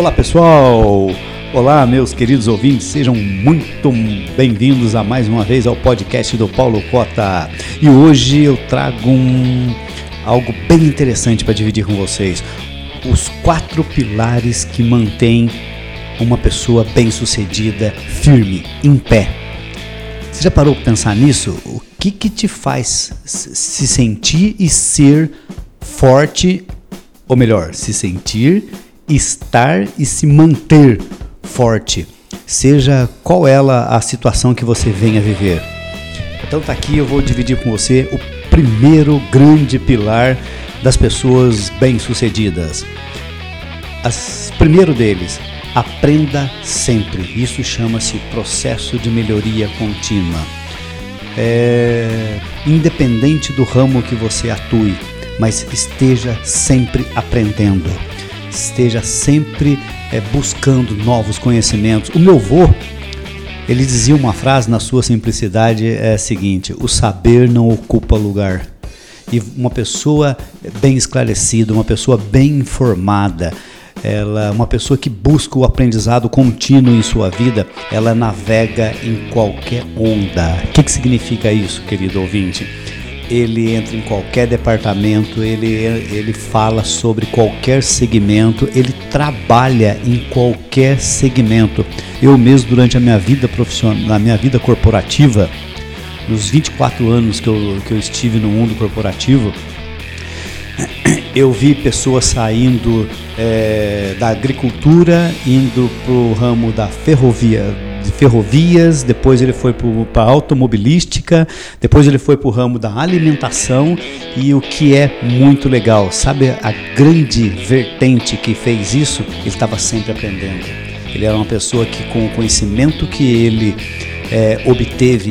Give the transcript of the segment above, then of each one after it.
Olá pessoal, olá meus queridos ouvintes, sejam muito bem-vindos a mais uma vez ao podcast do Paulo Cota. E hoje eu trago algo bem interessante para dividir com vocês. Os 4 pilares que mantêm uma pessoa bem-sucedida, firme, em pé. Você já parou para pensar nisso? O que te faz se sentir e ser forte, ou melhor, se sentir, estar e se manter forte, seja qual ela a situação que você venha viver. Então tá aqui, eu vou dividir com você o primeiro grande pilar das pessoas bem-sucedidas. Primeiro deles, aprenda sempre. Isso chama-se processo de melhoria contínua. Independente do ramo que você atue, mas esteja sempre aprendendo. Esteja sempre buscando novos conhecimentos. O meu avô, ele dizia uma frase na sua simplicidade, a seguinte: o saber não ocupa lugar. E uma pessoa bem esclarecida, uma pessoa bem informada, uma pessoa que busca o aprendizado contínuo em sua vida, ela navega em qualquer onda. O que significa isso, querido ouvinte? Ele entra em qualquer departamento, ele fala sobre qualquer segmento, ele trabalha em qualquer segmento. Eu mesmo, durante a minha vida profissional, na minha vida corporativa, nos 24 anos que eu estive no mundo corporativo, eu vi pessoas saindo da agricultura, indo para o ramo da ferrovias, depois ele foi para a automobilística, depois ele foi para o ramo da alimentação. E o que é muito legal, sabe a grande vertente que fez isso? Ele estava sempre aprendendo. Ele era uma pessoa que, com o conhecimento que ele obteve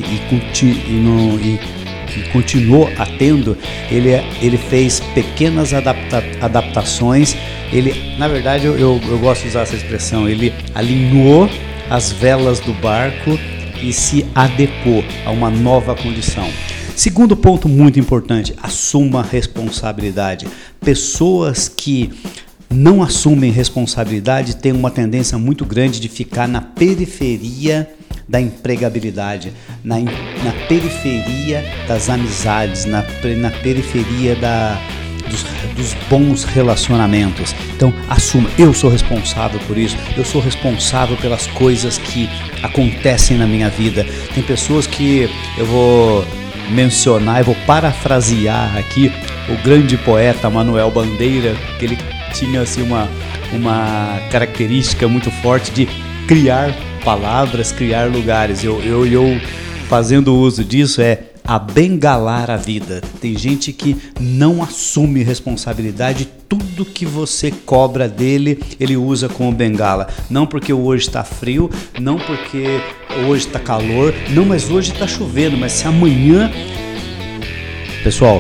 e continuou a tendo, ele fez pequenas adaptações. Na verdade, eu gosto de usar essa expressão, ele alinhou as velas do barco e se adequou a uma nova condição. Segundo ponto muito importante, assuma responsabilidade. Pessoas que não assumem responsabilidade têm uma tendência muito grande de ficar na periferia da empregabilidade, na periferia das amizades, na periferia dos bons relacionamentos. Então assuma, eu sou responsável por isso, eu sou responsável pelas coisas que acontecem na minha vida. Tem pessoas que eu vou mencionar, eu vou parafrasear aqui o grande poeta Manuel Bandeira, que ele tinha assim uma característica muito forte de criar palavras, criar lugares. Eu fazendo uso disso abengalar a vida. Tem gente que não assume responsabilidade, tudo que você cobra dele, ele usa como bengala. Não porque hoje está frio, não porque hoje está calor, não, mas hoje está chovendo, mas se amanhã... Pessoal,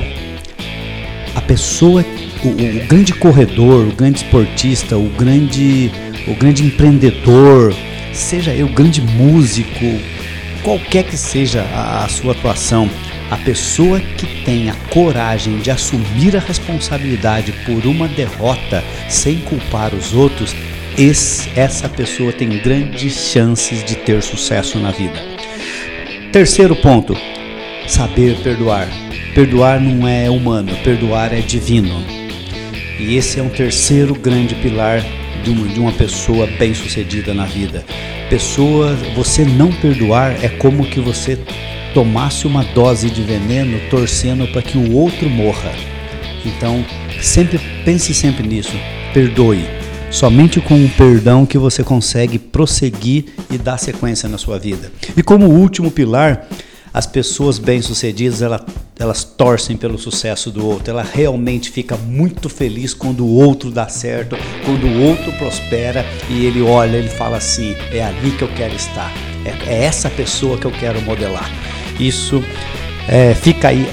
a pessoa, o grande corredor, o grande esportista, o grande empreendedor, seja eu, o grande músico, qualquer que seja a sua atuação, a pessoa que tem a coragem de assumir a responsabilidade por uma derrota sem culpar os outros, essa pessoa tem grandes chances de ter sucesso na vida. Terceiro ponto, saber perdoar. Perdoar não é humano, perdoar é divino. E esse é um terceiro grande pilar de uma pessoa bem-sucedida na vida. Você não perdoar é como que você tomasse uma dose de veneno torcendo para que o outro morra. Então, pense sempre nisso. Perdoe. Somente com o perdão que você consegue prosseguir e dar sequência na sua vida. E como último pilar, as pessoas bem-sucedidas, elas torcem pelo sucesso do outro. Ela realmente fica muito feliz quando o outro dá certo, quando o outro prospera e ele olha, ele fala assim: é ali que eu quero estar, é essa pessoa que eu quero modelar. Isso fica aí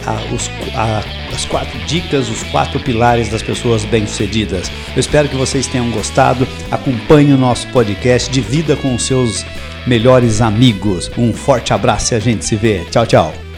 as 4 dicas, os 4 pilares das pessoas bem-sucedidas. Eu espero que vocês tenham gostado. Acompanhe o nosso podcast, divida com os seus melhores amigos. Um forte abraço e a gente se vê. Tchau, tchau.